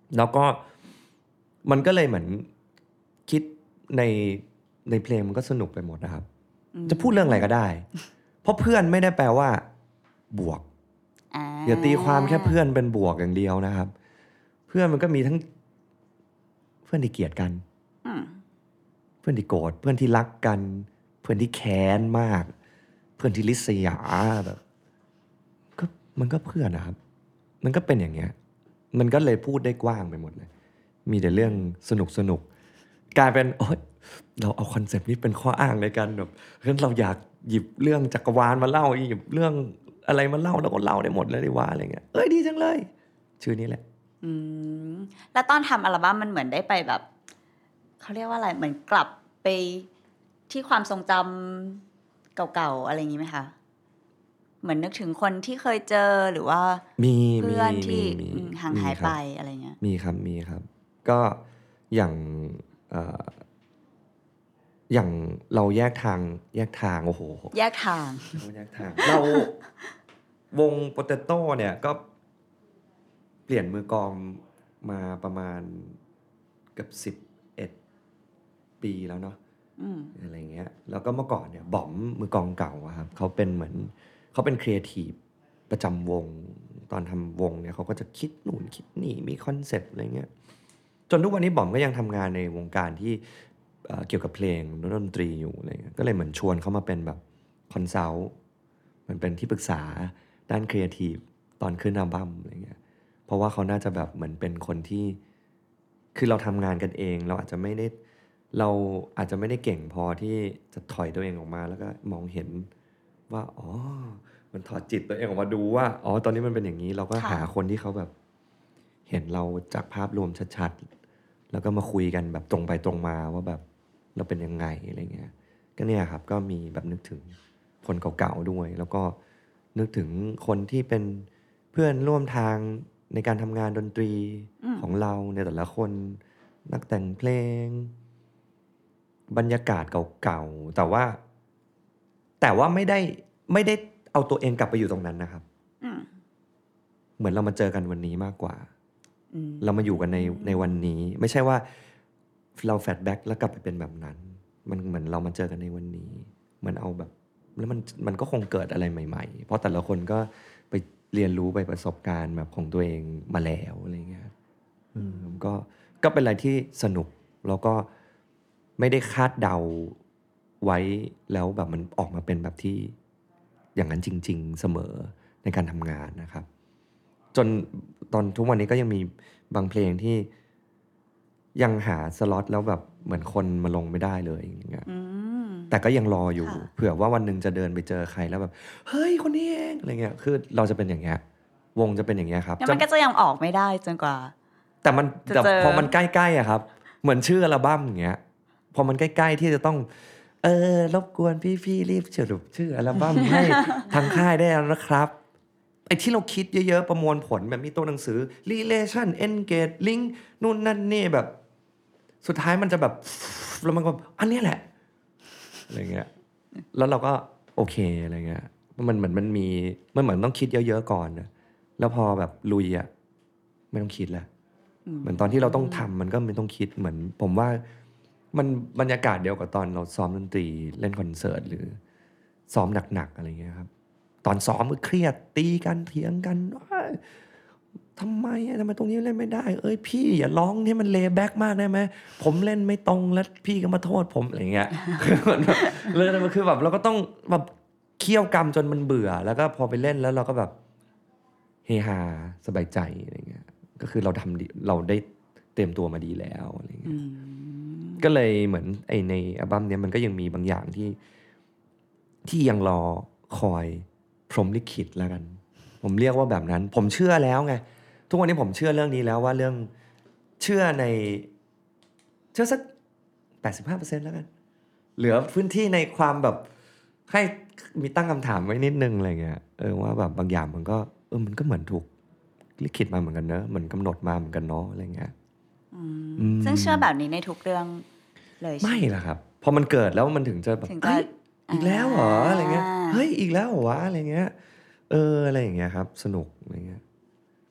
แล้วก็มันก็เลยเหมือนคิดในเพลงมันก็สนุกไปหมดนะครับ จะพูดเรื่องอะไรก็ได้ เพราะเพื่อนไม่ได้แปลว่าบวก อย่าตีความแค่เพื่อนเป็นบวกอย่างเดียวนะครับ เพื่อนมันก็มีทั้งเพื่อนที่เกลียดกัน เพื่อนที่โกรธเพื่อนที่รักกัน เพื่อนที่แค้นมาก เพื่อนที่ริษยาแบบก็มันก็เพื่อนนะครับ มันก็เป็นอย่างเงี้ย มันก็เลยพูดได้กว้างไปหมดเลย มีแต่เรื่องสนุกกลายเป็นโอ๊ยเราเอาคอนเซปต์นี้เป็นข้ออ้างในการแบบเพราะฉะนั้นเราอยากหยิบเรื่องจักรวาลมาเล่าหยิบเรื่องอะไรมาเล่าแล้วก็เล่าได้หมดเลยดีว่าอะไรเงี้ยดีจังเลยชื่อนี้แหละแล้วตอนทำอัลบั้มมันเหมือนได้ไปแบบเขาเรียกว่าอะไรเหมือนกลับไปที่ความทรงจำเก่าๆอะไรอย่างนี้ไหมคะเหมือนนึกถึงคนที่เคยเจอหรือว่าเพื่อนที่ห่างหายไปอะไรเงี้ยมีครับก็อย่างเราแยกทางโอ้โหแยกทางเราวงโปเตโต้เนี่ยก็เปลี่ยนมือกลองมาประมาณเกือบ11 ปีแล้วเนาะอะไรเงี้ยแล้วก็เมื่อก่อนเนี่ยบอมมือกลองเก่าครับเขาเป็นเหมือนเขาเป็นครีเอทีฟประจำวงตอนทำวงเนี่ยเขาก็จะคิดนู่นคิดนี่มีคอนเซ็ปต์อะไรเงี้ยจนทุกวันนี้บอมก็ยังทำงานในวงการที่เกี่ยวกับเพลงดนตรีอยู่อะไรเงี้ยก็เลยเหมือนชวนเขามาเป็นแบบคอนซัลท์มันเป็นที่ปรึกษาด้านครีเอทีฟตอนขึ้นอัลบั้มอะไรเงี้ยเพราะว่าเขาน่าจะแบบเหมือนเป็นคนที่คือเราทำงานกันเองเราอาจจะไม่ได้เก่งพอที่จะถอยตัวเองออกมาแล้วก็มองเห็นว่ามันถอดจิตตัวเองออกมาดูว่าตอนนี้มันเป็นอย่างนี้เราก็หาคนที่เขาแบบเห็นเราจากภาพรวมชัดๆแล้วก็มาคุยกันแบบตรงไปตรงมาว่าแบบเราเป็นยังไงอะไรเงี้ยก็เนี่ยครับก็มีแบบนึกถึงคนเก่าๆด้วยแล้วก็นึกถึงคนที่เป็นเพื่อนร่วมทางในการทำงานดนตรีของเราในแต่ละคนนักแต่งเพลงบรรยากาศเก่าๆแต่ว่าไม่ได้เอาตัวเองกลับไปอยู่ตรงนั้นนะครับเหมือนเรามาเจอกันวันนี้มากกว่าเรามาอยู่กันในวันนี้ไม่ใช่ว่าเราแฟลชแบ็กแล้วกลับไปเป็นแบบนั้นมันเหมือนเรามาเจอกันในวันนี้เหมือนเอาแบบแล้วมันก็คงเกิดอะไรใหม่ๆเพราะแต่ละคนก็ไปเรียนรู้ไปประสบการณ์แบบของตัวเองมาแล้วอะไรเงี้ยก็เป็นอะไรที่สนุกแล้วก็ไม่ได้คาดเดาไว้แล้วแบบมันออกมาเป็นแบบที่อย่างนั้นจริงๆเสมอในการทำงานนะครับจนตอนทุกวันนี้ก็ยังมีบางเพลงที่ยังหาสล็อตแล้วแบบเหมือนคนมาลงไม่ได้เลยอย่างเงี้ยแต่ก็ยังรออยู่เผื่อว่าวันหนึ่งจะเดินไปเจอใครแล้วแบบเฮ้ยคนนี้เองอะไรเงี้ยคือเราจะเป็นอย่างเงี้ยวงจะเป็นอย่างเงี้ยครับมันก็จะยังออกไม่ได้จนกว่าแต่พอมันใกล้ๆอะครับเหมือนชื่ออัลบั้มอย่างเงี้ยพอมันใกล้ๆที่จะต้องรบกวนพี่ๆรีบสรุปชื่ออัลบั้มให้ทางค่ายได้แล้วนะครับไอ้ที่เราคิดเยอะๆประมวลผลแบบมีตัวหนังสือ relation engage link นู่นนั่นนี่แบบสุดท้ายมันจะแบบแล้วมันก็อันนี้แหละอะไรเงี้ยแล้วเราก็โอเคอะไรเงี้ยมันเหมือนมันเหมือนต้องคิดเยอะๆก่อนนะแล้วพอแบบลุยอะไม่ต้องคิดแล้วเหมือนตอนที่เราต้องทำมันก็ไม่ต้องคิดเหมือนผมว่ามันบรรยากาศเดียวกับตอนเราซ้อมดนตรีเล่นคอนเสิร์ตหรือซ้อมหนักๆอะไรเงี้ยครับตอนซ้อมก็เครียดตีกันเถียงกันทำไมตรงนี้เล่นไม่ได้พี่อย่าร้องนี่มันเลย์แบ็กมากได้ไหมผมเล่นไม่ตรงแล้วพี่ก็มาโทษผมอะไรเงี้ยคือมันแบบเลยมันคือแบบเราก็ต้องแบบเคี่ยวกรรมจนมันเบื่อแล้วก็พอไปเล่นแล้วเราก็แบบเฮฮาสบายใจอะไรเงี้ยก็คือเราได้เตรียมตัวมาดีแล้วอะไรเงี้ยก็เลยเหมือนในอัลบั้มนี้มันก็ยังมีบางอย่างที่ยังรอคอยพรหมลิขิตแล้วกันผมเรียกว่าแบบนั้นผมเชื่อแล้วไงทุกวันนี้ผมเชื่อเรื่องนี้แล้วว่าเรื่องเชื่อสัก 85% แล้วกันเหลือพื้นที่ในความแบบให้มีตั้งคำถามไว้นิดนึงอะไรเงี้ยว่าแบบบางอย่างมันก็มันก็เหมือนถูกลิขิตมาเหมือนกันเนอะเหมือนกำหนดมาเหมือนกันเนาะอะไรเงี้ยซึ่งเชื่อแบบนี้ในทุกเรื่องเลยไม่ล่ะครับพอมันเกิดแล้วมันถึงจะแบบอีกแล้วเหรออะไรเงี้ยเฮ้ยอีกแล้วเหรอวะอะไรเงี้ยอะไรอย่างเงี้ยครับสนุกอะไรเงี้ย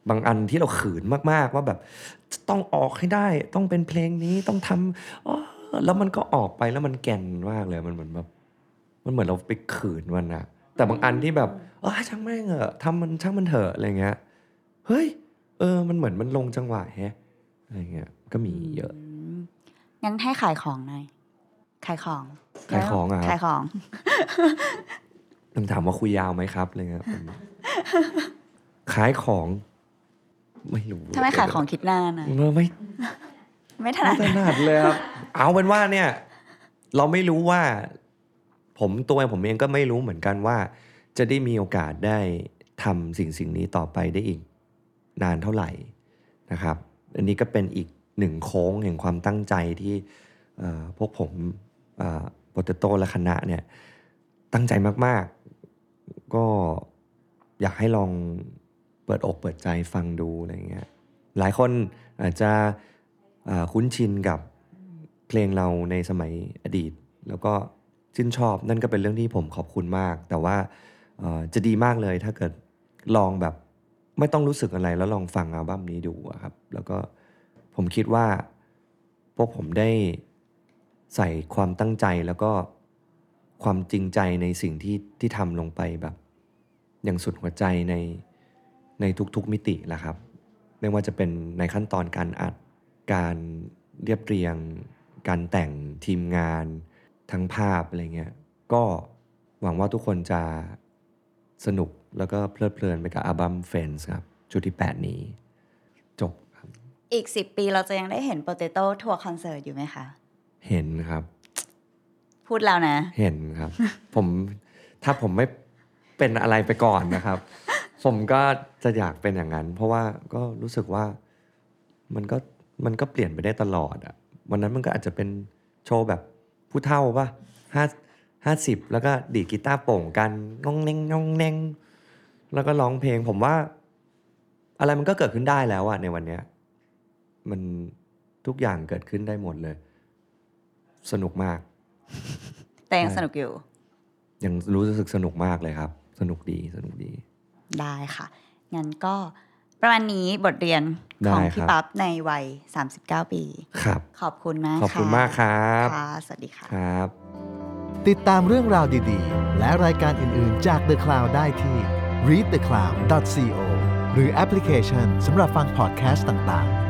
บางอันที่เราขืนมากๆว่าแบบต้องออกให้ได้ต้องเป็นเพลงนี้ต้องทำแล้วมันก็ออกไปแล้วมันแก่นมากเลยมันเหมือนแบบมันเหมือนเราไปขืนมันอะแต่บางอันที่แบบช่างแม่งทำมันช่างมันเถอะอะไรเงี้ยเฮ้ยมันเหมือนมันลงจังหวะแฮะอะไรเงี้ยก็มีเยอะงั้นให้ขายของหน่อยขายของขายของอะครับขายของถามว่าคุยยาวไหมครับอะไรเงี้ยขายของไม่รู้ถ้าไม่ขายของคิดนานนะไม่ถไม่ถนัดนัดเลยครับ เอาเป็นว่าเนี่ย เราไม่รู้ว่าผมเองก็ไม่รู้เหมือนกันว่า จะได้มีโอกาสได้ทำสิ่งนี้ต่อไปได้อีกนานเท่าไหร่นะครับ อันนี้ก็เป็นอีกหนึ่งโค้งแห่งความตั้งใจที่พวกผมโปเตโต้และคณะเนี่ยตั้งใจมากๆก็อยากให้ลองเปิดอกเปิดใจฟังดูอะไรเงี้ยหลายคนอาจจะคุ้นชินกับเพลงเราในสมัยอดีตแล้วก็ชื่นชอบนั่นก็เป็นเรื่องที่ผมขอบคุณมากแต่ว่าจะดีมากเลยถ้าเกิดลองแบบไม่ต้องรู้สึกอะไรแล้วลองฟังอัลบั้มนี้ดูครับแล้วก็ผมคิดว่าพวกผมได้ใส่ความตั้งใจแล้วก็ความจริงใจในสิ่งที่ทำลงไปแบบอย่างสุดหัวใจในทุกๆมิติแหละครับไม่ว่าจะเป็นในขั้นตอนการอัดการเรียบเรียงการแต่งทีมงานทั้งภาพอะไรเงี้ยก็หวังว่าทุกคนจะสนุกแล้วก็เพลิดเพลินไปกับอัลบั้ม Friends ครับชุดที่ 8 นี้จบครับอีก10 ปีเราจะยังได้เห็นโปเตโต้ทัวร์คอนเสิร์ตอยู่ไหมคะเห็นครับพูดแล้วนะเห็นครับ ถ้าผมไม่เป็นอะไรไปก่อนนะครับ ผมก็จะอยากเป็นอย่างนั้นเพราะว่าก็รู้สึกว่ามันก็เปลี่ยนไปได้ตลอดอ่ะวันนั้นมันก็อาจจะเป็นโชว์แบบผู้เฒ่าป่ะ50แล้วก็ดีดกีตาร์โป่งกันงองแนงงองแนงแล้วก็ร้องเพลงผมว่าอะไรมันก็เกิดขึ้นได้แล้วอ่ะในวันเนี้ยมันทุกอย่างเกิดขึ้นได้หมดเลยสนุกมากแต่ยังสนุกอยู่ยังรู้สึกสนุกมากเลยครับสนุกดีได้ค่ะงั้นก็ประมาณนี้บทเรียนของพี่ปั๊บในวัย39 ปีครับขอบคุณมากขอบคุณมากครับค่ะสวัสดีค่ะครับติดตามเรื่องราวดีๆและรายการอื่นๆจาก The Cloud ได้ที่ readthecloud.co หรือแอปพลิเคชันสำหรับฟังพอดแคสต์ต่างๆ